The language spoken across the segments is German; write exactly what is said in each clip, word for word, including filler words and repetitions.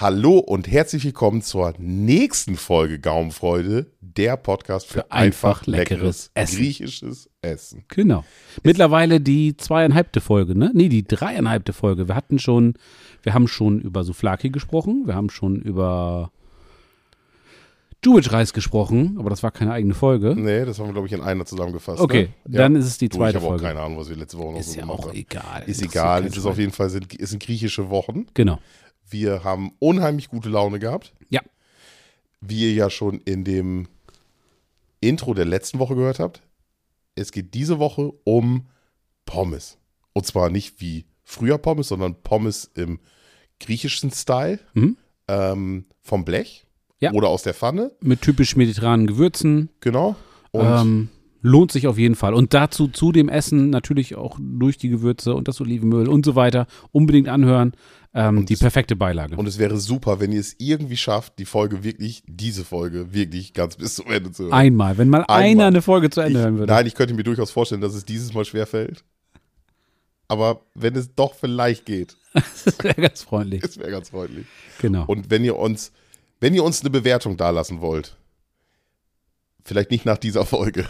Hallo und herzlich willkommen zur nächsten Folge Gaumenfreude, der Podcast für, für einfach, einfach leckeres Essen. griechisches Essen. Genau. Mittlerweile die zweieinhalbte Folge, ne? Nee, die dreieinhalbte Folge. Wir hatten schon, wir haben schon über Souvlaki gesprochen, wir haben schon über Jewish-Reis gesprochen, aber das war keine eigene Folge. Nee, das haben wir, glaube ich, in einer zusammengefasst. Okay, ne? dann ja. ist es die zweite du, ich Folge. Ich habe auch keine Ahnung, was wir letzte Woche noch ist so ja gemacht auch haben. egal. Ist egal, es ist auf jeden Fall, sind, es sind griechische Wochen. Genau. Wir haben unheimlich gute Laune gehabt. Ja. Wie ihr ja schon in dem Intro der letzten Woche gehört habt, es geht diese Woche um Pommes. Und zwar nicht wie früher Pommes, sondern Pommes im griechischen Style, mhm. ähm, vom Blech ja. oder aus der Pfanne. Mit typisch mediterranen Gewürzen. Genau. Und ähm, lohnt sich auf jeden Fall. Und dazu, zu dem Essen, natürlich auch durch die Gewürze und das Olivenöl und so weiter, unbedingt anhören. Ähm, die es, perfekte Beilage. Und es wäre super, wenn ihr es irgendwie schafft, die Folge wirklich, diese Folge wirklich ganz bis zum Ende zu hören. Einmal, wenn mal Einmal. einer eine Folge zu Ende ich, hören würde. Nein, ich könnte mir durchaus vorstellen, dass es dieses Mal schwerfällt. Aber wenn es doch vielleicht geht. Das wäre ganz freundlich. Es wäre ganz freundlich. Genau. Und wenn ihr uns, wenn ihr uns eine Bewertung dalassen wollt, vielleicht nicht nach dieser Folge.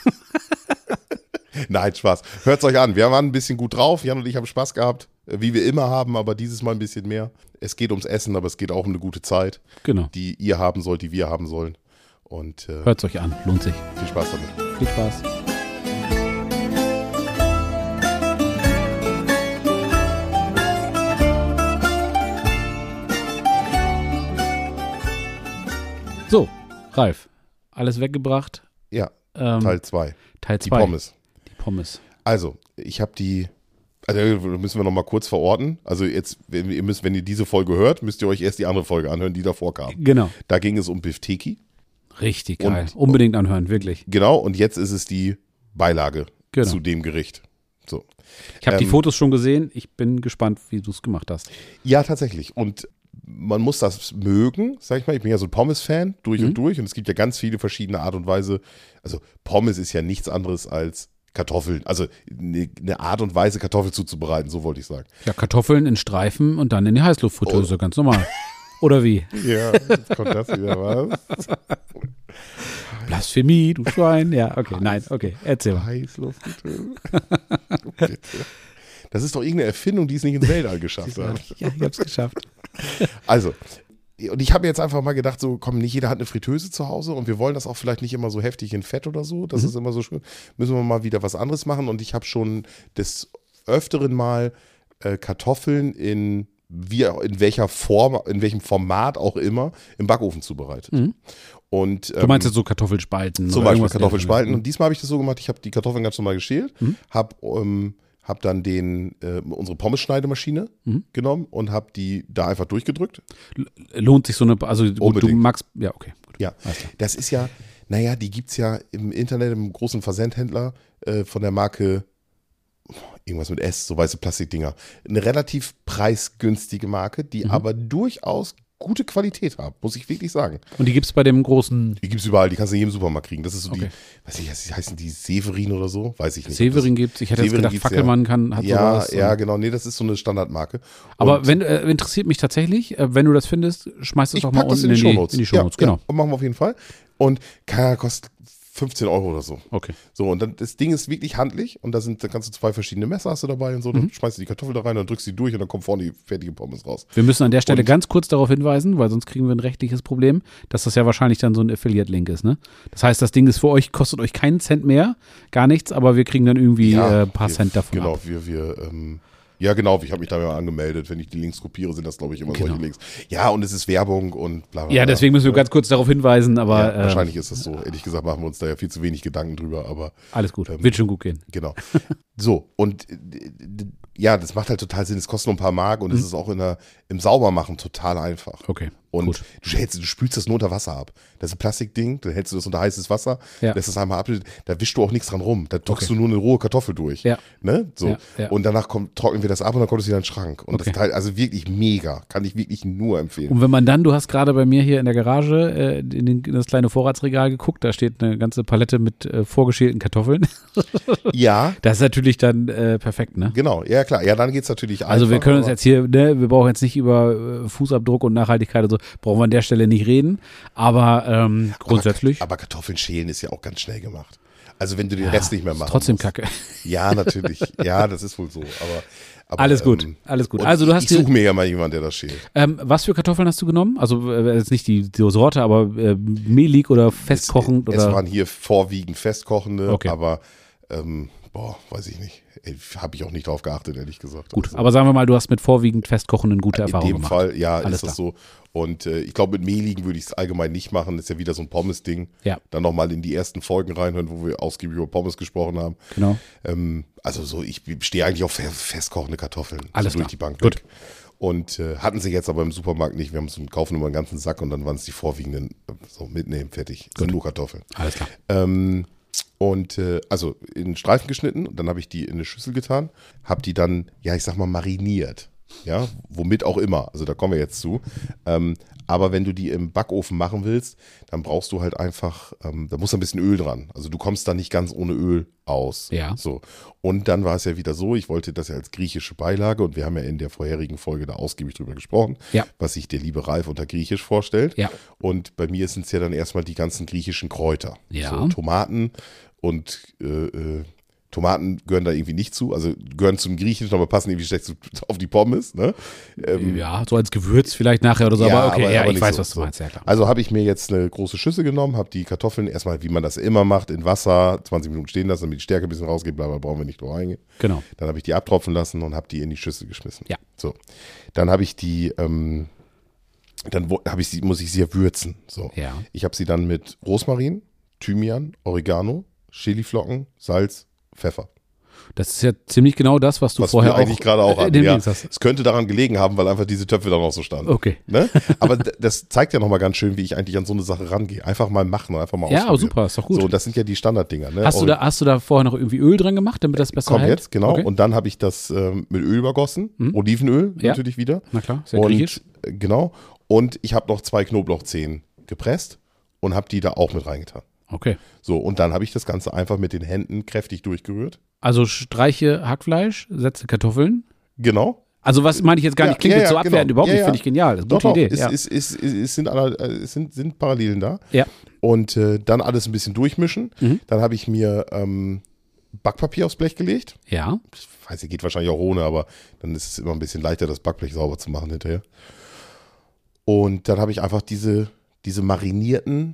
Nein, Spaß. Hört es euch an. Wir waren ein bisschen gut drauf. Jan und ich haben Spaß gehabt, wie wir immer haben, aber dieses Mal ein bisschen mehr. Es geht ums Essen, aber es geht auch um eine gute Zeit, genau. die ihr haben sollt, die wir haben sollen. Und äh, hört es euch an. Lohnt sich. Viel Spaß damit. Viel Spaß. So, Ralf, alles weggebracht? Ja, ähm, Teil zwei. Teil zwei. Die Pommes. Die Pommes. Also, ich habe die, also müssen wir noch mal kurz verorten. Also jetzt, wenn ihr, müsst, wenn ihr diese Folge hört, müsst ihr euch erst die andere Folge anhören, die davor kam. Genau. Da ging es um Bifteki. Richtig geil. Und, unbedingt anhören, wirklich. Genau, und jetzt ist es die Beilage genau. zu dem Gericht. So. Ich habe ähm, die Fotos schon gesehen. Ich bin gespannt, wie du es gemacht hast. Ja, tatsächlich. Und man muss das mögen, sag ich mal. Ich bin ja so ein Pommes-Fan durch mhm. und durch. Und es gibt ja ganz viele verschiedene Art und Weise. Also Pommes ist ja nichts anderes als Kartoffeln. Also eine, eine Art und Weise, Kartoffeln zuzubereiten, so wollte ich sagen. Ja, Kartoffeln in Streifen und dann in die Heißluftfritteuse, oh. ganz normal. Oder wie? Ja, jetzt kommt das wieder, was? Blasphemie, du Schwein. Ja, okay, nein, okay, erzähl mal. Heißluftfritteuse. Das ist doch irgendeine Erfindung, die es nicht ins Weltall geschafft hat. Ja, ich hab's geschafft. Also, und ich habe jetzt einfach mal gedacht, so komm, nicht jeder hat eine Fritteuse zu Hause und wir wollen das auch vielleicht nicht immer so heftig in Fett oder so, das mhm. ist immer so schön, müssen wir mal wieder was anderes machen und ich habe schon des Öfteren mal äh, Kartoffeln in, wie, in welcher Form, in welchem Format auch immer, im Backofen zubereitet. Mhm. Und, ähm, du meinst jetzt so Kartoffelspalten? Zum Beispiel Kartoffelspalten und diesmal habe ich das so gemacht, ich habe die Kartoffeln ganz normal geschält, mhm. habe ähm, Habe dann den, äh, unsere Pommes-Schneidemaschine mhm. genommen und habe die da einfach durchgedrückt. Lohnt sich so eine, also Unbedingt. du magst, ja okay. Gut. Ja, das ist ja, naja, die gibt es ja im Internet, im großen Versandhändler äh, von der Marke, irgendwas mit S, so weiße Plastikdinger. Eine relativ preisgünstige Marke, die mhm. aber durchaus gute Qualität haben, muss ich wirklich sagen. Und die gibt es bei dem großen? Die gibt es überall, die kannst du in jedem Supermarkt kriegen. Das ist so okay. die, weiß ich, heißen die Severin oder so? Weiß ich nicht. Severin gibt es, ich hätte Severin jetzt gedacht, Fackelmann ja. kann, hat ja, sowas. Ja, genau, nee, das ist so eine Standardmarke. Aber wenn, äh, interessiert mich tatsächlich, äh, wenn du das findest, schmeißt es doch mal unten in die Shownotes. In die Shownotes, ja, genau. Ja, machen wir auf jeden Fall. Und keine kostet fünfzehn Euro oder so. Okay. So, und dann, das Ding ist wirklich handlich und da sind, da kannst du zwei verschiedene Messer hast du dabei und so, dann mhm. schmeißt du die Kartoffel da rein, dann drückst du die durch und dann kommt vorne die fertige Pommes raus. Wir müssen an der Stelle und, ganz kurz darauf hinweisen, weil sonst kriegen wir ein rechtliches Problem, dass das ja wahrscheinlich dann so ein Affiliate-Link ist, ne? Das heißt, das Ding ist für euch, kostet euch keinen Cent mehr, gar nichts, aber wir kriegen dann irgendwie ja, äh, ein paar wir, Cent davon Genau, ab. wir, wir, ähm, ja genau, ich habe mich da mal angemeldet, wenn ich die Links kopiere, sind das glaube ich immer genau. solche Links. Ja, und es ist Werbung und bla bla bla. Ja, deswegen müssen wir ganz kurz darauf hinweisen, aber. Ja, wahrscheinlich äh, ist das so. Ehrlich gesagt machen wir uns da ja viel zu wenig Gedanken drüber, aber. Alles gut, ähm, wird schon gut gehen. Genau. So, und ja, das macht halt total Sinn. Es kostet nur ein paar Mark und es mhm. ist auch in der, im Saubermachen total einfach. Okay. Und gut. du, hältst, du spülst das nur unter Wasser ab. Das ist ein Plastikding, dann hältst du das unter heißes Wasser, ja. lässt das einmal ab, da wischst du auch nichts dran rum. Da drückst okay. du nur eine rohe Kartoffel durch. Ja. Ne? So. Ja, ja. Und danach kommt, trocknen wir das ab und dann kommt es wieder in den Schrank. Und okay. das Teil, also wirklich mega. Kann ich wirklich nur empfehlen. Und wenn man dann, du hast gerade bei mir hier in der Garage äh, in, den, in das kleine Vorratsregal geguckt, da steht eine ganze Palette mit äh, vorgeschälten Kartoffeln. Ja. Das ist natürlich natürlich dann äh, perfekt, ne? Genau, ja klar. Ja, dann geht es natürlich einfach. Also wir können uns jetzt hier, ne, wir brauchen jetzt nicht über äh, Fußabdruck und Nachhaltigkeit und so, brauchen wir an der Stelle nicht reden. Aber ähm, grundsätzlich. Aber, aber Kartoffeln schälen ist ja auch ganz schnell gemacht. Also wenn du den ja, Rest nicht mehr machst. Trotzdem musst. Kacke. Ja, natürlich. Ja, das ist wohl so. Aber, aber alles gut, ähm, alles gut. Also du hast ich suche mir ja mal jemanden, der das schält. Ähm, was für Kartoffeln hast du genommen? Also äh, jetzt nicht die, die Sorte, aber äh, mehlig oder festkochend? Es, oder? es waren hier vorwiegend festkochende, okay. aber ähm, boah, weiß ich nicht. Habe ich auch nicht drauf geachtet, ehrlich gesagt. Gut, also, aber sagen wir mal, du hast mit vorwiegend festkochenden gute Erfahrungen gemacht. In dem Fall, ja, Alles ist das klar. so. Und äh, ich glaube, mit mehligen würde ich es allgemein nicht machen. Das ist ja wieder so ein Pommes-Ding. Ja. Dann nochmal in die ersten Folgen reinhören, wo wir ausgiebig über Pommes gesprochen haben. Genau. Ähm, also so, ich stehe eigentlich auf festkochende Kartoffeln. Alles so klar. durch die Bank Gut. weg. Und äh, hatten sie jetzt aber im Supermarkt nicht. Wir haben so, kaufen immer einen ganzen Sack und dann waren es die vorwiegenden, so mitnehmen, fertig. Sind nur Kartoffeln. Alles klar. Ähm, und äh, also in Streifen geschnitten und dann habe ich die in eine Schüssel getan, habe die dann, ja ich sag mal, mariniert. Ja, womit auch immer. Also da kommen wir jetzt zu. Ähm, aber wenn du die im Backofen machen willst, dann brauchst du halt einfach, ähm, da muss ein bisschen Öl dran. Also du kommst da nicht ganz ohne Öl aus. Ja. So. Und dann war es ja wieder so, ich wollte das ja als griechische Beilage und wir haben ja in der vorherigen Folge da ausgiebig drüber gesprochen, ja. was sich der liebe Ralf unter Griechisch vorstellt. Ja. Und bei mir sind es ja dann erstmal die ganzen griechischen Kräuter. Ja. So, Tomaten und äh, äh, Tomaten gehören da irgendwie nicht zu, also gehören zum Griechischen, aber passen irgendwie schlecht auf die Pommes. Ne? Ähm, ja, so als Gewürz vielleicht nachher oder so, ja, aber okay, aber, ja, aber ich weiß, so, was du meinst, ja klar. Also habe ich mir jetzt eine große Schüssel genommen, habe die Kartoffeln erstmal, wie man das immer macht, in Wasser zwanzig Minuten stehen lassen, damit die Stärke ein bisschen rausgeht, bla, bla, brauchen wir nicht drauf eingehen. Genau. Dann habe ich die abtropfen lassen und habe die in die Schüssel geschmissen. Ja. So, dann habe ich die, ähm, dann habe ich sie, muss ich sie ja würzen. So. Ja. Ich habe sie dann mit Rosmarin, Thymian, Oregano, Chiliflocken, Salz, Pfeffer. Das ist ja ziemlich genau das, was du was vorher wir eigentlich auch gerade auch hatten. in Ja. Dings hast. Es könnte daran gelegen haben, weil einfach diese Töpfe dann auch so standen. Okay. Ne? Aber d- das zeigt ja nochmal ganz schön, wie ich eigentlich an so eine Sache rangehe. Einfach mal machen und einfach mal Ja, ausprobieren. aber super, ist doch gut. So, und das sind ja die Standarddinger. Ne? Hast du, da, hast du da vorher noch irgendwie Öl dran gemacht, damit das besser Komm hält? jetzt, genau. Okay. Und dann habe ich das ähm, mit Öl übergossen. Mhm. Olivenöl Ja. natürlich wieder. Na klar, sehr und, griechisch. äh, Genau. Und ich habe noch zwei Knoblauchzehen gepresst und habe die da auch mit reingetan. Okay. So, und dann habe ich das Ganze einfach mit den Händen kräftig durchgerührt. Also streiche Hackfleisch, setze Kartoffeln. Genau. Also was meine ich jetzt gar Ja, nicht, klingt ja, jetzt so ja, abwertend, genau. überhaupt Ja, nicht, ja. finde ich genial. Das ist eine Doch, gute doch, Idee. es, Ja. es, es, es, es, sind, alle- äh, es sind, sind Parallelen da. Ja. Und äh, dann alles ein bisschen durchmischen. Mhm. Dann habe ich mir ähm, Backpapier aufs Blech gelegt. ja. Ich weiß, geht wahrscheinlich auch ohne, aber dann ist es immer ein bisschen leichter, das Backblech sauber zu machen hinterher. Und dann habe ich einfach diese, diese marinierten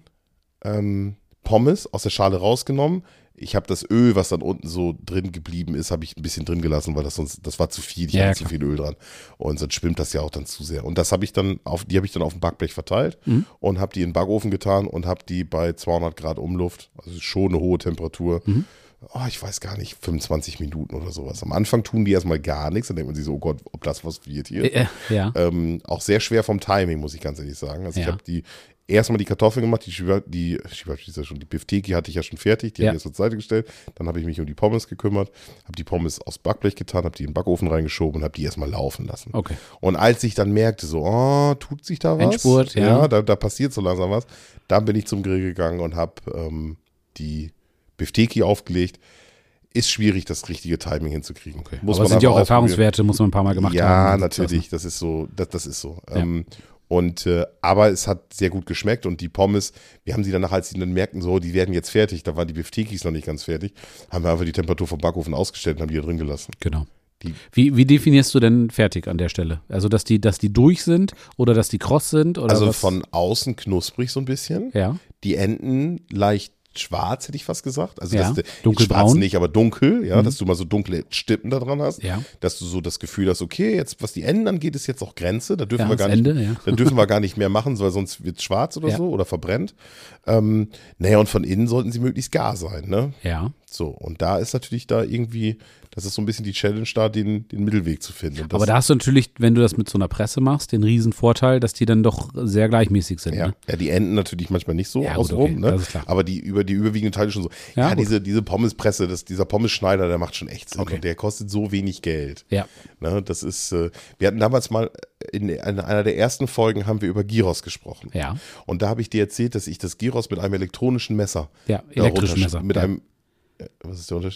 ähm, Pommes aus der Schale rausgenommen. Ich habe das Öl, was dann unten so drin geblieben ist, habe ich ein bisschen drin gelassen, weil das sonst, das war zu viel. Ich Ja, hatte ja, zu klar. viel Öl dran. Und sonst schwimmt das ja auch dann zu sehr. Und das habe ich dann auf, die habe ich dann auf dem Backblech verteilt Mhm. und habe die in den Backofen getan und habe die bei zweihundert Grad Umluft, also schon eine hohe Temperatur, Mhm. oh, ich weiß gar nicht, fünfundzwanzig Minuten oder sowas. Am Anfang tun die erstmal gar nichts, dann denkt man sich so, oh Gott, ob das was wird hier. Äh, ja. Ähm, auch sehr schwer vom Timing, muss ich ganz ehrlich sagen. Also ich Ja. habe die erstmal die Kartoffeln gemacht, die Shiba- die, Shiba- ist ja schon, die Bifteki hatte ich ja schon fertig, die Ja. habe ich jetzt zur Seite gestellt. Dann habe ich mich um die Pommes gekümmert, habe die Pommes aufs Backblech getan, habe die in den Backofen reingeschoben und habe die erstmal laufen lassen. Okay. Und als ich dann merkte, so, oh, tut sich da was? Endspurt, ja. da, da passiert so langsam was. Dann bin ich zum Grill gegangen und habe ähm, die Bifteki aufgelegt. Ist schwierig, das richtige Timing hinzukriegen. Okay. Muss Aber man es sind ja auch einfach ausprobieren. Erfahrungswerte, muss man ein paar Mal gemacht ja, haben. Ja, natürlich, das ist so, das, das ist so. Ähm, und äh, aber es hat sehr gut geschmeckt und die Pommes, wir haben sie danach, als sie dann merkten, so, die werden jetzt fertig, da waren die Biftekis noch nicht ganz fertig, haben wir einfach die Temperatur vom Backofen ausgestellt und haben die da drin gelassen. Genau. Die, Wie, wie definierst du denn fertig an der Stelle? Also, dass die, dass die durch sind oder dass die kross sind? Oder also was? von außen knusprig so ein bisschen, Ja. die Enden leicht schwarz, hätte ich fast gesagt. Also Ja, das, dunkelbraun. schwarz nicht, aber dunkel, ja, Mhm. dass du mal so dunkle Stippen da dran hast, Ja. dass du so das Gefühl hast, okay, jetzt was die Enden angeht, ist jetzt auch Grenze, da dürfen Ja, wir das gar nicht, Ende, ja. da dürfen wir gar nicht mehr machen, weil sonst wird es schwarz oder Ja. so oder verbrennt. Ähm, naja, und von innen sollten sie möglichst gar sein, ne? Ja. So, und da ist natürlich da irgendwie, das ist so ein bisschen die Challenge da, den, den Mittelweg zu finden. Und das, Aber da hast du natürlich, wenn du das mit so einer Presse machst, den riesen Vorteil, dass die dann doch sehr gleichmäßig sind. ja, Ne? ja, die Enden natürlich manchmal nicht so Ja, gut, außenrum, okay, ne? das ist klar. Aber die über die überwiegenden Teile schon so. Ja, Ja, gut. diese, diese Pommespresse, das, dieser Pommesschneider, der macht schon echt Sinn. Okay. Und der kostet so wenig Geld. Ja. Ne, das ist, äh, wir hatten damals mal in, in einer der ersten Folgen haben wir über Gyros gesprochen. Ja. Und da habe ich dir erzählt, dass ich das Gyros mit einem elektronischen Messer Ja, da elektrisches runtersch- Messer. Mit ja. einem, äh, was ist der Unterschied?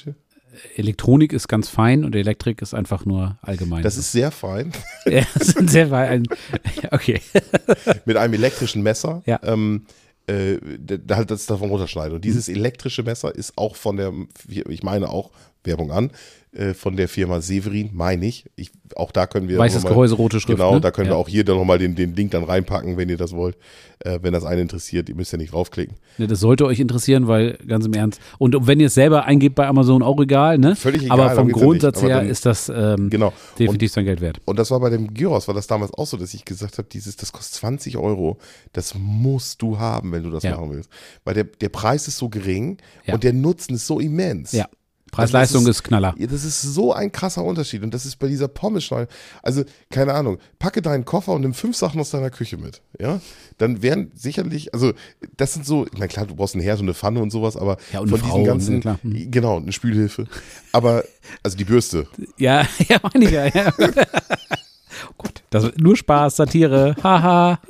Elektronik ist ganz fein und Elektrik ist einfach nur allgemein. Das ist sehr fein. Ja, das ist sehr fein. Okay. Mit einem elektrischen Messer. Ja. Ähm, äh, da halt das davon runterschneiden. Und dieses elektrische Messer ist auch von der, ich meine auch, Werbung an, äh, von der Firma Severin, meine ich. ich. Auch da können wir. Weißes mal, Gehäuse, rote Schrift. Genau, ne? da können ja. wir auch hier dann nochmal den, den Link dann reinpacken, wenn ihr das wollt. Äh, wenn das einen interessiert, ihr müsst ja nicht draufklicken. Ne, das sollte euch interessieren, weil ganz im Ernst. Und wenn ihr es selber eingebt bei Amazon, auch egal, ne? Völlig egal. Aber vom Grundsatz ja aber her dann, ist das ähm, genau. definitiv sein Geld wert. Und das war bei dem Gyros, war das damals auch so, dass ich gesagt habe, dieses, das kostet zwanzig Euro, das musst du haben, wenn du das ja. machen willst. Weil der, der Preis ist so gering ja. und der Nutzen ist so immens. Ja. Preis-Leistung ist, ist Knaller. Ja, das ist so ein krasser Unterschied. Und das ist bei dieser Pommes-Schneide. Also, keine Ahnung, packe deinen Koffer und nimm fünf Sachen aus deiner Küche mit. Ja, dann wären sicherlich, also, das sind so, ich meine, klar, du brauchst einen Herd und eine Pfanne und sowas, aber ja, und von eine diesen Frau ganzen, und, klar. Hm. genau, eine Spülhilfe. Aber, also die Bürste. Ja, ja, meine ich ja. ja. Oh Gott, das ist nur Spaß, Satire, haha.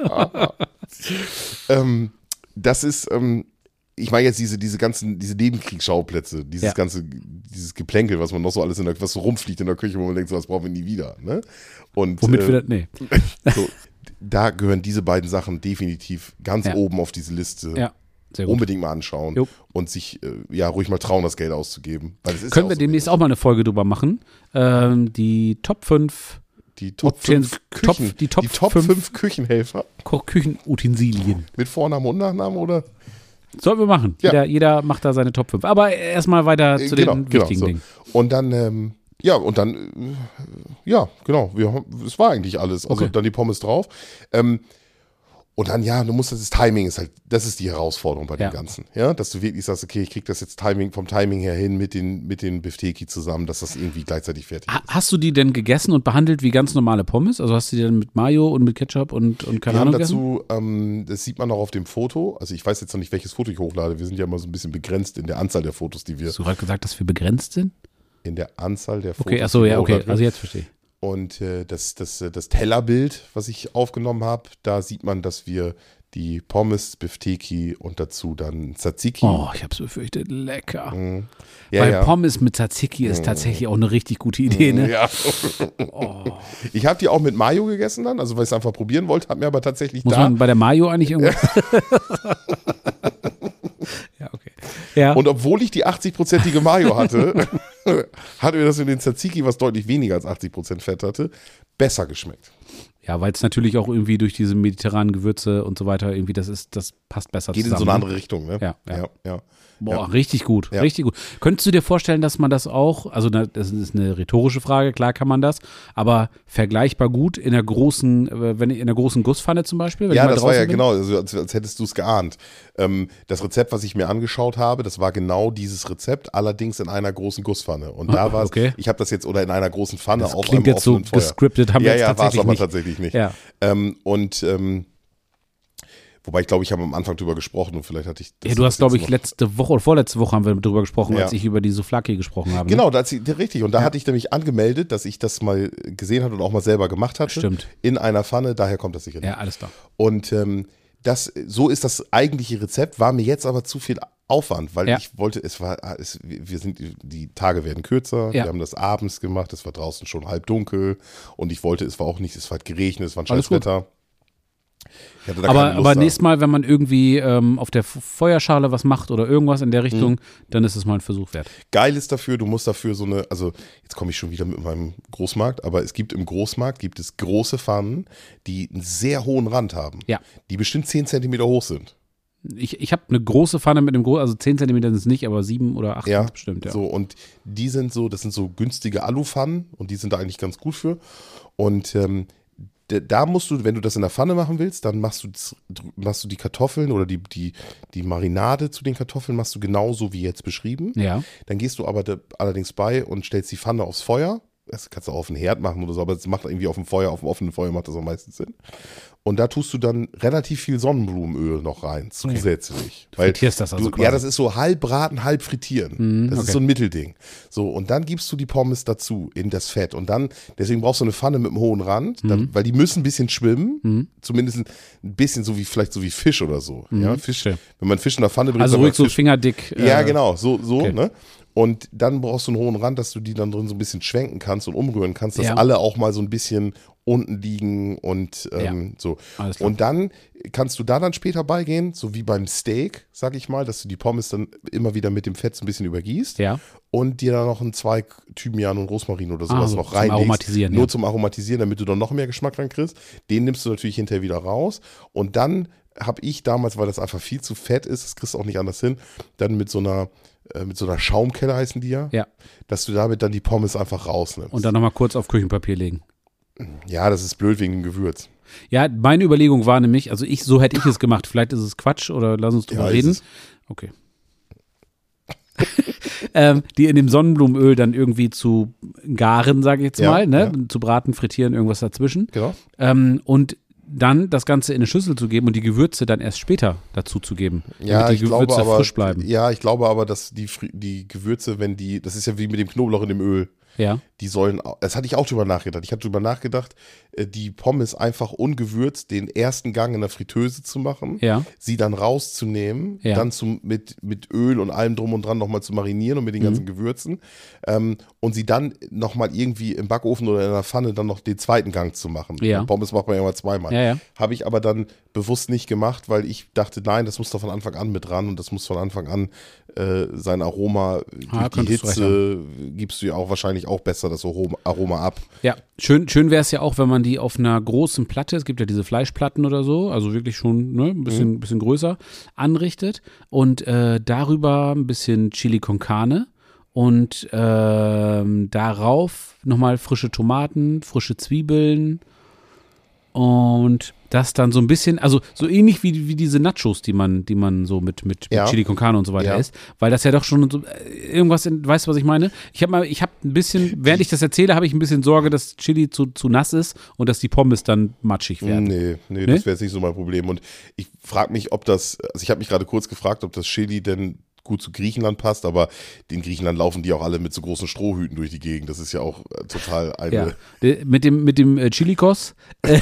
ähm, das ist, ähm, ich meine jetzt diese, diese ganzen, diese Nebenkriegsschauplätze, dieses ja. ganze, dieses Geplänkel, was man noch so alles in der, was so rumfliegt in der Küche, wo man denkt, so, das brauchen wir nie wieder. Ne? Und, Womit äh, wir das, nee. So, da gehören diese beiden Sachen definitiv ganz ja. oben auf diese Liste. Ja, sehr gut. Unbedingt mal anschauen jo. und sich äh, ja ruhig mal trauen, das Geld auszugeben. Weil es ist Können ja wir so demnächst wenig. auch mal eine Folge drüber machen. Ähm, die Top fünf Die Top Uten- fünf Top- Küchen, die Top fünf fünf Küchenhelfer Küchenutensilien. mit Vornamen und Nachnamen, oder? Sollten wir machen. Ja. Jeder, jeder macht da seine Top fünf. Aber erstmal weiter zu Genau, den genau, wichtigen so. Dingen. Und dann, ähm, ja, und dann, äh, ja, genau, wir, haben- es war eigentlich alles. Also Okay. dann die Pommes drauf. Ähm, und dann, ja, du musst, das Timing ist halt, das ist die Herausforderung bei Ja. dem Ganzen. Ja, dass du wirklich sagst, okay, ich krieg das jetzt Timing, vom Timing her hin mit den, mit den Bifteki zusammen, dass das irgendwie gleichzeitig fertig Ha- ist. Hast du die denn gegessen und behandelt wie ganz normale Pommes? Also hast du die dann mit Mayo und mit Ketchup und, und keine Wir haben Ahnung gegessen? dazu, ähm, das sieht man auch auf dem Foto, also ich weiß jetzt noch nicht, welches Foto ich hochlade, wir sind ja immer so ein bisschen begrenzt in der Anzahl der Fotos, die wir, Hast du gerade gesagt, dass wir begrenzt sind? in der Anzahl der Fotos. Okay, achso, die ja, okay. hochladen. Also jetzt verstehe ich. Und äh, das, das, äh, das Tellerbild, was ich aufgenommen habe, da sieht man, dass wir die Pommes, Bifteki und dazu dann Tzatziki. Oh, ich hab's befürchtet. Lecker. Mhm. Ja, Weil ja. Pommes mit Tzatziki ist tatsächlich auch eine richtig gute Idee, ne? Ja. Oh. Ich habe die auch mit Mayo gegessen dann, also weil ich es einfach probieren wollte, habe mir aber tatsächlich Muss da man bei der Mayo eigentlich irgendwo. Ja, okay. Ja. und obwohl ich die achtzig-prozentige Mayo hatte, hat mir das mit den Tzatziki, was deutlich weniger als achtzig Prozent Fett hatte, besser geschmeckt. Ja, weil es natürlich auch irgendwie durch diese mediterranen Gewürze und so weiter irgendwie, das ist, das passt besser Geht zusammen. in so eine andere Richtung, ne? Ja, ja. ja, ja. Boah, Ja. richtig gut, Ja. richtig gut. Könntest du dir vorstellen, dass man das auch, also na, das ist eine rhetorische Frage, klar kann man das, aber vergleichbar gut in einer großen, äh, wenn in einer großen Gusspfanne zum Beispiel? Wenn Ja, ich mal das war ja draußen bin? genau, also als, als hättest du es geahnt. Ähm, das Rezept, was ich mir angeschaut habe, das war genau dieses Rezept, allerdings in einer großen Gusspfanne. Und da Ah, war es, okay. ich habe das jetzt, oder in einer großen Pfanne Das auf klingt einem jetzt so offenen Feuer. gescriptet, haben wir ja, jetzt ja, war es tatsächlich aber nicht. tatsächlich nicht. Ja. Ähm, und ähm, wobei ich glaube, ich habe am Anfang drüber gesprochen und vielleicht hatte ich das Ja, du hast, das glaube jetzt ich, noch- letzte Woche oder vorletzte Woche haben wir drüber gesprochen, Ja. als ich über die Souflaki gesprochen habe. Genau, da hat sie, richtig. Und da hatte ich nämlich angemeldet, dass ich das mal gesehen hatte und auch mal selber gemacht hatte. Stimmt. In einer Pfanne, daher kommt das sicherlich. Ja, alles klar. Und ähm, das, so ist das eigentliche Rezept, war mir jetzt aber zu viel Aufwand, weil Ja. ich wollte, es war, es, wir sind, die Tage werden kürzer, Ja. wir haben das abends gemacht, es war draußen schon halb dunkel und ich wollte, es war auch nicht, es war geregnet, es war ein Alles scheiß gut. Wetter. Ich hatte da Aber, keine Lust aber da. nächstes Mal, wenn man irgendwie ähm, auf der F- Feuerschale was macht oder irgendwas in der Richtung, Mhm. dann ist es mal ein Versuch wert. Geil ist dafür, du musst dafür so eine, also jetzt komme ich schon wieder mit meinem Großmarkt, aber es gibt im Großmarkt, gibt es große Pfannen, die einen sehr hohen Rand haben, Ja. die bestimmt zehn Zentimeter hoch sind. Ich, ich habe eine große Pfanne mit einem großen, also zehn Zentimeter sind es nicht, aber sieben oder acht Ja, sind's bestimmt, ja. So, und die sind so, das sind so günstige Alupfannen und die sind da eigentlich ganz gut für. Und ähm, d- da musst du, wenn du das in der Pfanne machen willst, dann machst du, das, machst du die Kartoffeln oder die, die, die Marinade zu den Kartoffeln machst du genauso wie jetzt beschrieben. Ja. Dann gehst du aber da, allerdings bei und stellst die Pfanne aufs Feuer. Das kannst du auch auf den Herd machen oder so, aber es macht irgendwie auf dem Feuer, auf dem offenen Feuer macht das am meisten Sinn. Und da tust du dann relativ viel Sonnenblumenöl noch rein, zusätzlich. Du frittierst das also du, quasi. Ja, das ist so halb braten, halb frittieren. Mhm, das okay. ist so ein Mittelding. So, und dann gibst du die Pommes dazu in das Fett. Und dann, deswegen brauchst du eine Pfanne mit einem hohen Rand, Mhm. dann, weil die müssen ein bisschen schwimmen. Zumindest ein bisschen so wie, vielleicht so wie Fisch oder so. Ja, Fisch, verstehe. wenn man Fisch in der Pfanne bringt, Also sagt man ruhig so Fisch- fingerdick. äh, ja, genau, so, so, okay. ne? Und dann brauchst du einen hohen Rand, dass du die dann drin so ein bisschen schwenken kannst und umrühren kannst, dass Ja. alle auch mal so ein bisschen unten liegen und ähm, so. Alles klar. Und dann kannst du da dann später beigehen, so wie beim Steak, sag ich mal, dass du die Pommes dann immer wieder mit dem Fett so ein bisschen übergießt Ja. und dir dann noch einen Zweig Thymian und Rosmarin oder Ah, sowas so noch zum reinlegst. Aromatisieren, Nur ja. zum Aromatisieren, damit du dann noch mehr Geschmack dran kriegst. Den nimmst du natürlich hinterher wieder raus und dann habe ich damals, weil das einfach viel zu fett ist, das kriegst du auch nicht anders hin, dann mit so einer äh, mit so einer Schaumkelle heißen die ja, Ja. dass du damit dann die Pommes einfach rausnimmst. Und dann nochmal kurz auf Küchenpapier legen. Ja, das ist blöd wegen dem Gewürz. Ja, meine Überlegung war nämlich, also ich, so hätte ich es gemacht. Vielleicht ist es Quatsch oder lass uns drüber Ja, ist reden. es. Okay. ähm, die in dem Sonnenblumenöl dann irgendwie zu garen, sage ich jetzt Ja, mal, ne? ja. Zu braten, frittieren, irgendwas dazwischen. Genau. Ähm, und dann das Ganze in eine Schüssel zu geben und die Gewürze dann erst später dazu zu geben, Ja, damit ich die Gewürze glaube aber, frisch bleiben. ja, ich glaube aber, dass die, Fri- die Gewürze, wenn die, das ist ja wie mit dem Knoblauch in dem Öl, Ja, die sollen, au- das hatte ich auch drüber nachgedacht. Ich hatte drüber nachgedacht, äh, die Pommes einfach ungewürzt den ersten Gang in der Fritteuse zu machen, ja, sie dann rauszunehmen, Ja. dann zum, mit, mit Öl und allem drum und dran nochmal zu marinieren und mit Mhm. den ganzen Gewürzen ähm, und sie dann nochmal irgendwie im Backofen oder in der Pfanne dann noch den zweiten Gang zu machen. Ja. Pommes macht man ja immer zweimal. ja, ja. Habe ich aber dann bewusst nicht gemacht, weil ich dachte, nein, das muss doch von Anfang an mit ran und das muss von Anfang an äh, sein Aroma Ah, durch die könntest du Hitze gibst du ja auch wahrscheinlich auch besser das Aroma, Aroma ab. Ja, schön, schön wäre es ja auch, wenn man die auf einer großen Platte, es gibt ja diese Fleischplatten oder so, also wirklich schon ne, ein bisschen, Mhm. bisschen größer, anrichtet und äh, darüber ein bisschen Chili con Carne und ähm, darauf nochmal frische Tomaten, frische Zwiebeln und das dann so ein bisschen, also so ähnlich wie, wie diese Nachos, die man, die man so mit, mit, mit Ja. Chili con Carne und so weiter Ja. isst, weil das ja doch schon so, äh, irgendwas, in, weißt du, was ich meine? Ich habe mal, ich habe ein bisschen, während ich das erzähle, habe ich ein bisschen Sorge, dass Chili zu, zu nass ist und dass die Pommes dann matschig werden. Nee, nee, Nee? das wäre jetzt nicht so mein Problem. Und ich frage mich, ob das, also ich habe mich gerade kurz gefragt, ob das Chili denn gut zu Griechenland passt, aber in Griechenland laufen die auch alle mit so großen Strohhüten durch die Gegend. Das ist ja auch äh, total eine. Ja, äh, mit dem, mit dem äh, Chilikos äh,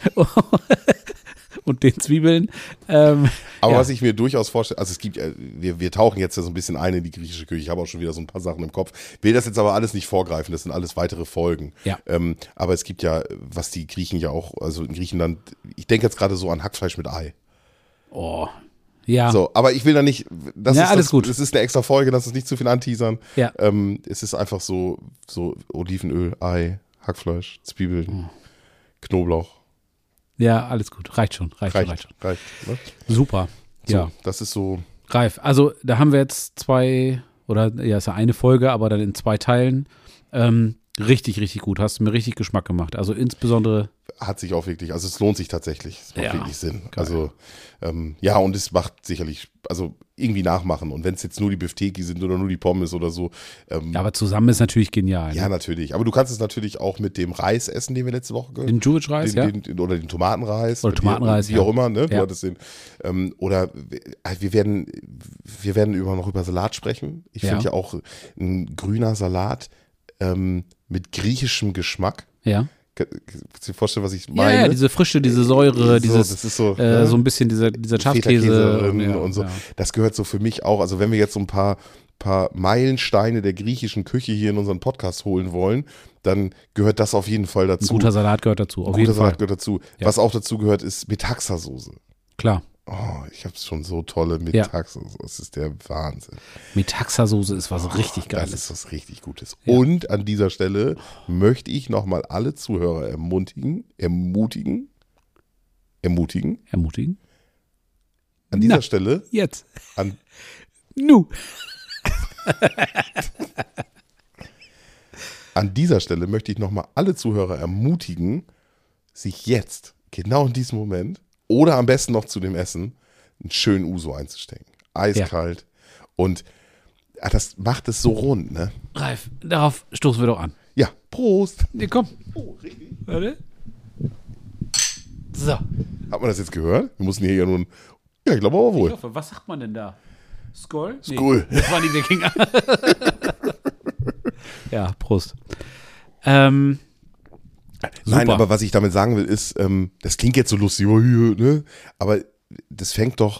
und den Zwiebeln. Ähm, Aber ja. was ich mir durchaus vorstelle, also es gibt, äh, wir, wir tauchen jetzt ja so ein bisschen ein in die griechische Küche. Ich habe auch schon wieder so ein paar Sachen im Kopf. Will das jetzt aber alles nicht vorgreifen, das sind alles weitere Folgen. Ja. Ähm, aber es gibt ja, was die Griechen ja auch, also in Griechenland, ich denke jetzt gerade so an Hackfleisch mit Ei. Oh, ja. So, aber ich will da nicht, das Ja, ist alles das, gut. das ist eine extra Folge, das ist nicht zu viel anteasern. Ja. Ähm, es ist einfach so, so Olivenöl, Ei, Hackfleisch, Zwiebeln, Hm. Knoblauch. Ja, alles gut. Reicht schon, reicht, schon, reicht Reicht, schon. reicht. Ne? Super. So, Ja, das ist so, reif. Also da haben wir jetzt zwei, oder ja, ist ja eine Folge, aber dann in zwei Teilen. Ähm, richtig, richtig gut. Hast mir richtig Geschmack gemacht. Also insbesondere, hat sich auch wirklich, also es lohnt sich tatsächlich. Es macht Ja, wirklich Sinn. geil. Also, ähm, ja, und es macht sicherlich, also irgendwie nachmachen. Und wenn es jetzt nur die Befteki sind oder nur die Pommes oder so, ähm, ja, aber zusammen ist natürlich genial. ja, Ne? natürlich. Aber du kannst es natürlich auch mit dem Reis essen, den wir letzte Woche gehört Den Jewish-Reis, ja. den, den, oder den Tomatenreis. Oder Tomatenreis, wie, ja. wie auch immer, ne? Du Ja. hattest den. Ähm, oder äh, wir werden, wir werden über, noch über Salat sprechen. Ich Ja. finde ja auch ein grüner Salat ähm, mit griechischem Geschmack. Ja. Kannst du dir vorstellen, was ich Ja, meine? ja, diese Frische, diese Säure, So, dieses, das ist so, äh, ne? so ein bisschen dieser, dieser Feta-Käse Schafkäse. drin ja, und so. Ja. Das gehört so für mich auch. Also wenn wir jetzt so ein paar, paar Meilensteine der griechischen Küche hier in unseren Podcast holen wollen, dann gehört das auf jeden Fall Ein dazu. guter Salat gehört dazu, auf Guter jeden Salat Fall. gehört dazu. Ja. Was auch dazu gehört, ist Metaxa-Soße. Klar. Oh, ich habe schon so tolle Ja. Metaxa-Soße. Das ist der Wahnsinn. Metaxa-Soße ist was richtig Das Geiles. ist was richtig Gutes. Ja. Und an dieser Stelle möchte ich nochmal alle Zuhörer ermutigen, ermutigen, ermutigen, Ermutigen. an dieser Na. Stelle, Jetzt. an, Nu. an dieser Stelle möchte ich nochmal alle Zuhörer ermutigen, sich jetzt, genau in diesem Moment, oder am besten noch zu dem Essen, einen schönen Uso einzustecken. Eiskalt. Und ja, das macht es so rund, ne? Ralf, darauf stoßen wir doch an. Ja, Prost. Nee, komm. Oh, richtig. Warte. So. Hat man das jetzt gehört? Wir mussten hier ja nun, ja, ich glaube aber Ich wohl. hoffe, was sagt man denn da? Skoll? Nee, Skoll. das waren die Wikinger. Ja, Prost. Ähm, Nein, super. aber was ich damit sagen will, ist, ähm, das klingt jetzt so lustig, oh, hier, ne? Aber das fängt doch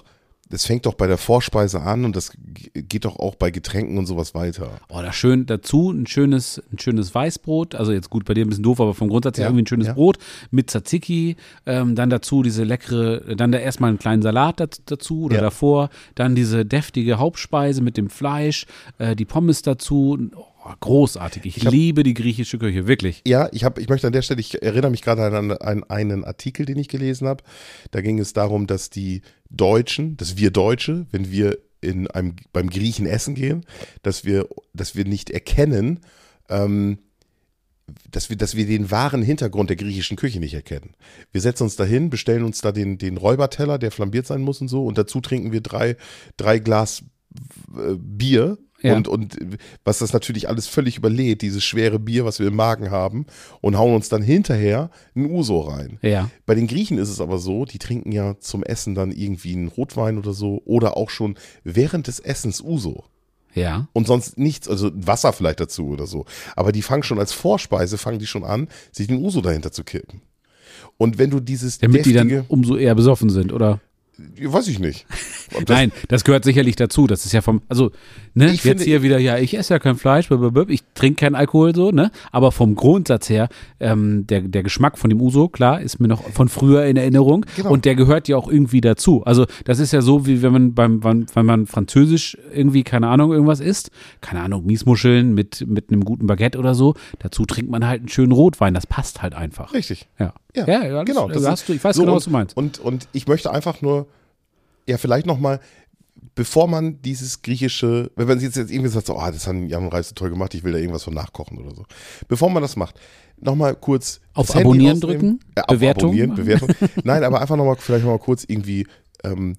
das fängt doch bei der Vorspeise an und das geht doch auch bei Getränken und sowas weiter. Oh, da schön dazu ein schönes, ein schönes Weißbrot, also jetzt gut, bei dir ein bisschen doof, aber vom Grundsatz her Ja, irgendwie ein schönes ja. Brot mit Tzatziki, ähm, dann dazu diese leckere, dann da erstmal einen kleinen Salat daz- dazu oder Ja. davor, dann diese deftige Hauptspeise mit dem Fleisch, äh, die Pommes dazu, oh, großartig, ich, Ich hab- liebe die griechische Küche, wirklich. Ja, ich, hab, ich möchte an der Stelle, ich erinnere mich gerade an, an einen Artikel, den ich gelesen habe. Da ging es darum, dass die Deutschen, dass wir Deutsche, wenn wir in einem, beim Griechen essen gehen, dass wir, dass wir nicht erkennen, ähm, dass wir, dass wir den wahren Hintergrund der griechischen Küche nicht erkennen. Wir setzen uns dahin, bestellen uns da den, den Räuberteller, der flambiert sein muss und so, und dazu trinken wir drei, drei Glas äh, Bier. Ja. Und, und was das natürlich alles völlig überlädt, dieses schwere Bier, was wir im Magen haben, und hauen uns dann hinterher ein Uso rein. Ja. Bei den Griechen ist es aber so, die trinken ja zum Essen dann irgendwie einen Rotwein oder so oder auch schon während des Essens Uso. Ja. Und sonst nichts, also Wasser vielleicht dazu oder so. Aber die fangen schon als Vorspeise, fangen die schon an, sich den Uso dahinter zu kippen. Und wenn du dieses Damit die deftige, dann umso eher besoffen sind, oder? weiß ich nicht. Ob das- Nein, das gehört sicherlich dazu. Das ist ja vom, also, ne, Ich jetzt finde- hier wieder, ja, ich esse ja kein Fleisch, blablabla, ich trinke keinen Alkohol so, ne? Aber vom Grundsatz her, ähm, der, der Geschmack von dem Uso, klar, ist mir noch von früher in Erinnerung. Genau. Und der gehört ja auch irgendwie dazu. Also, das ist ja so, wie wenn man beim, wenn wenn man französisch irgendwie, keine Ahnung, irgendwas isst, keine Ahnung, Miesmuscheln mit, mit einem guten Baguette oder so, dazu trinkt man halt einen schönen Rotwein. Das passt halt einfach. Richtig. Ja. Ja, ja, alles, genau. Das Das hast ist du, ich weiß so, genau, und, was du meinst. Und, und ich möchte einfach nur, ja, vielleicht nochmal, bevor man dieses griechische, wenn man jetzt, jetzt irgendwie sagt, so, oh, das haben Jan und Reis so toll gemacht, ich will da irgendwas von nachkochen oder so. Bevor man das macht, nochmal kurz Auf das Handy Abonnieren rausnehmen. drücken? Ja, auf Bewertung? Abonnieren, Bewertung. Nein, aber einfach nochmal, vielleicht nochmal kurz irgendwie ähm,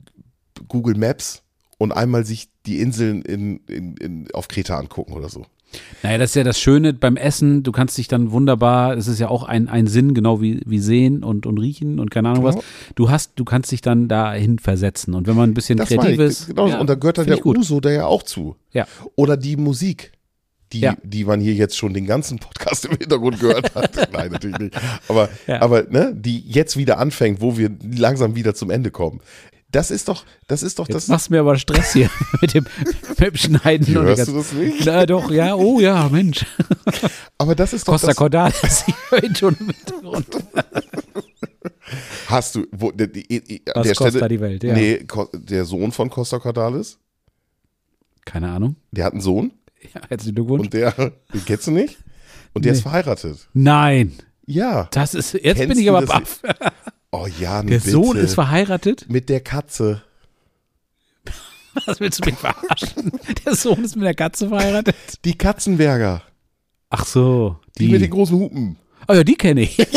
Google Maps und einmal sich die Inseln in, in, in, auf Kreta angucken oder so. Naja, das ist ja das Schöne beim Essen, du kannst dich dann wunderbar, es ist ja auch ein, ein Sinn, genau wie, wie sehen und, und riechen und keine Ahnung Genau. was. Du hast, du kannst dich dann dahin versetzen. Und wenn man ein bisschen Das kreativ meine ich, ist. genau, ja, und da gehört dann find der ich gut. Uso da ja auch zu. Ja. Oder die Musik, die, Ja. die man hier jetzt schon den ganzen Podcast im Hintergrund gehört hat. Nein, natürlich nicht. Aber, Ja. aber ne, die jetzt wieder anfängt, wo wir langsam wieder zum Ende kommen. Das ist doch, das ist doch Jetzt das. machst du mir aber Stress hier mit dem, mit dem Schneiden. und Hörst der du ganzen- das nicht? Na doch, ja, oh ja, Mensch. Aber das ist doch Costa das. Cordalis, ich höre ihn schon im Hintergrund. Hast du, wo, der, die, die, Was der Costa Stelle, die Welt, ja. Nee, Co- der Sohn von Costa Cordalis, Keine Ahnung. der hat einen Sohn Ja, herzlichen Glückwunsch. und der, den kennst du nicht? Und der Nee. ist verheiratet. Nein, Ja. das ist, jetzt Kennst bin ich du aber das baff. Oh ja, Der bitte. Sohn ist verheiratet? Mit der Katze. Was willst du mich verarschen? Der Sohn ist mit der Katze verheiratet? Die Katzenberger. Ach so, Die, die. mit den großen Hupen. Oh ja, die kenne ich.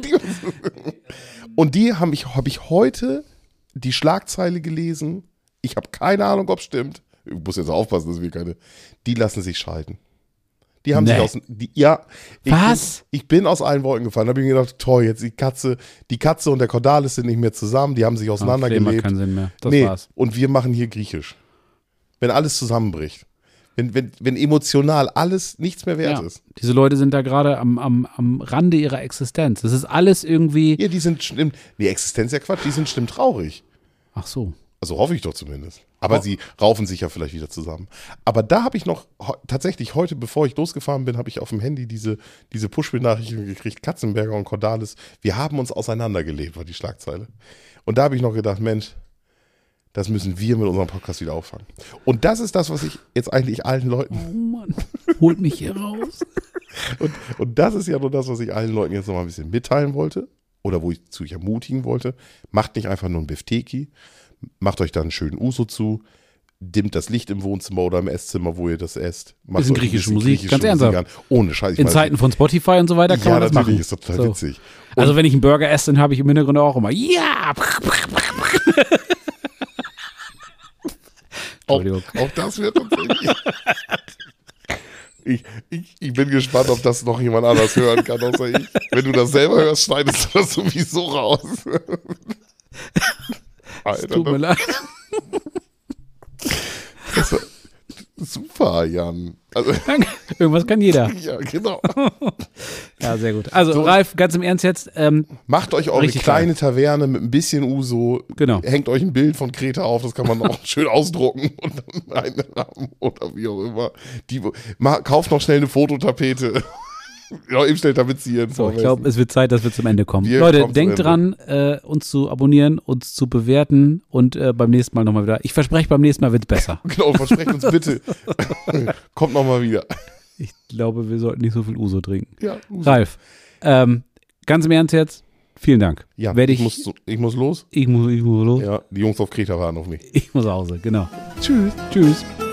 Und die habe ich, hab ich heute die Schlagzeile gelesen. Ich habe keine Ahnung, ob es stimmt. Ich muss jetzt aufpassen, dass wir keine. Die lassen sich scheiden. Die haben Nee. sich aus. Die, ja. Ich Was? Bin, ich bin aus allen Wolken gefallen. Da habe ich mir gedacht, toll, jetzt die Katze, die Katze und der Cordalis sind nicht mehr zusammen. Die haben sich Film macht auseinandergelebt. keinen Sinn mehr. Das nee, war's. und wir machen hier Griechisch. Wenn alles zusammenbricht. Wenn, wenn, wenn emotional alles nichts mehr wert Ja. ist. Diese Leute sind da gerade am, am, am Rande ihrer Existenz. Das ist alles irgendwie. Ja, die sind schlimm. Die Existenz ist ja Quatsch, die sind schlimm traurig. Ach so. Also hoffe ich doch zumindest. Aber Oh. sie raufen sich ja vielleicht wieder zusammen. Aber da habe ich noch, ho- tatsächlich heute, bevor ich losgefahren bin, habe ich auf dem Handy diese, diese Push-Benachrichtigung gekriegt, Katzenberger und Cordalis, wir haben uns auseinandergelebt, war die Schlagzeile. Und da habe ich noch gedacht, Mensch, das müssen wir mit unserem Podcast wieder auffangen. Und das ist das, was ich jetzt eigentlich allen Leuten, Oh Mann. Holt mich hier raus. und, und das ist ja nur das, was ich allen Leuten jetzt noch mal ein bisschen mitteilen wollte oder wo ich zu ich ermutigen wollte. Macht nicht einfach nur ein Bifteki, macht euch da einen schönen Uso zu, dimmt das Licht im Wohnzimmer oder im Esszimmer, wo ihr das esst. Macht Bisschen euch ein griechische bisschen Musik, griechische ganz Musik ernsthaft. an. Ohne Scheiß. Ich In weiß Zeiten von Spotify und so weiter nicht. kann Ja, man das natürlich, machen. ist total So. witzig. Also wenn ich einen Burger esse, dann habe ich im Hintergrund auch immer ja. Auch, Entschuldigung. auch das wird tatsächlich. Ich, ich, ich bin gespannt, ob das noch jemand anders hören kann, außer ich. Wenn du das selber hörst, schneidest du das sowieso raus. Alter, Tut mir leid. das war super, Jan. Also, Danke. Irgendwas kann jeder. ja, genau. Ja, sehr gut. Also, So. Ralf, ganz im Ernst jetzt. Ähm, Macht euch eure Richtig kleine Taverne mit ein bisschen Uso. Genau. Hängt euch ein Bild von Kreta auf, das kann man auch schön ausdrucken und dann reinrahmen oder wie auch immer. Die, ma, kauft noch schnell eine Fototapete. Ja, eben schnell damit sie so, ich glaube, es wird Zeit, dass wir zum Ende kommen. Wir Leute, kommen denkt zum dran, äh, uns zu abonnieren, uns zu bewerten und äh, beim nächsten Mal nochmal wieder. Ich verspreche, beim nächsten Mal wird es besser. Genau, versprecht uns bitte. Kommt nochmal wieder. Ich glaube, wir sollten nicht so viel Uso trinken. Ja, Uso. Ralf, ähm, ganz im Ernst jetzt, vielen Dank. Ja, Werd ich, ich, muss, ich muss los. ich, muss, ich muss los. Ja, die Jungs auf Kreta warten auf mich. Ich muss nach Hause, genau. Tschüss. Tschüss.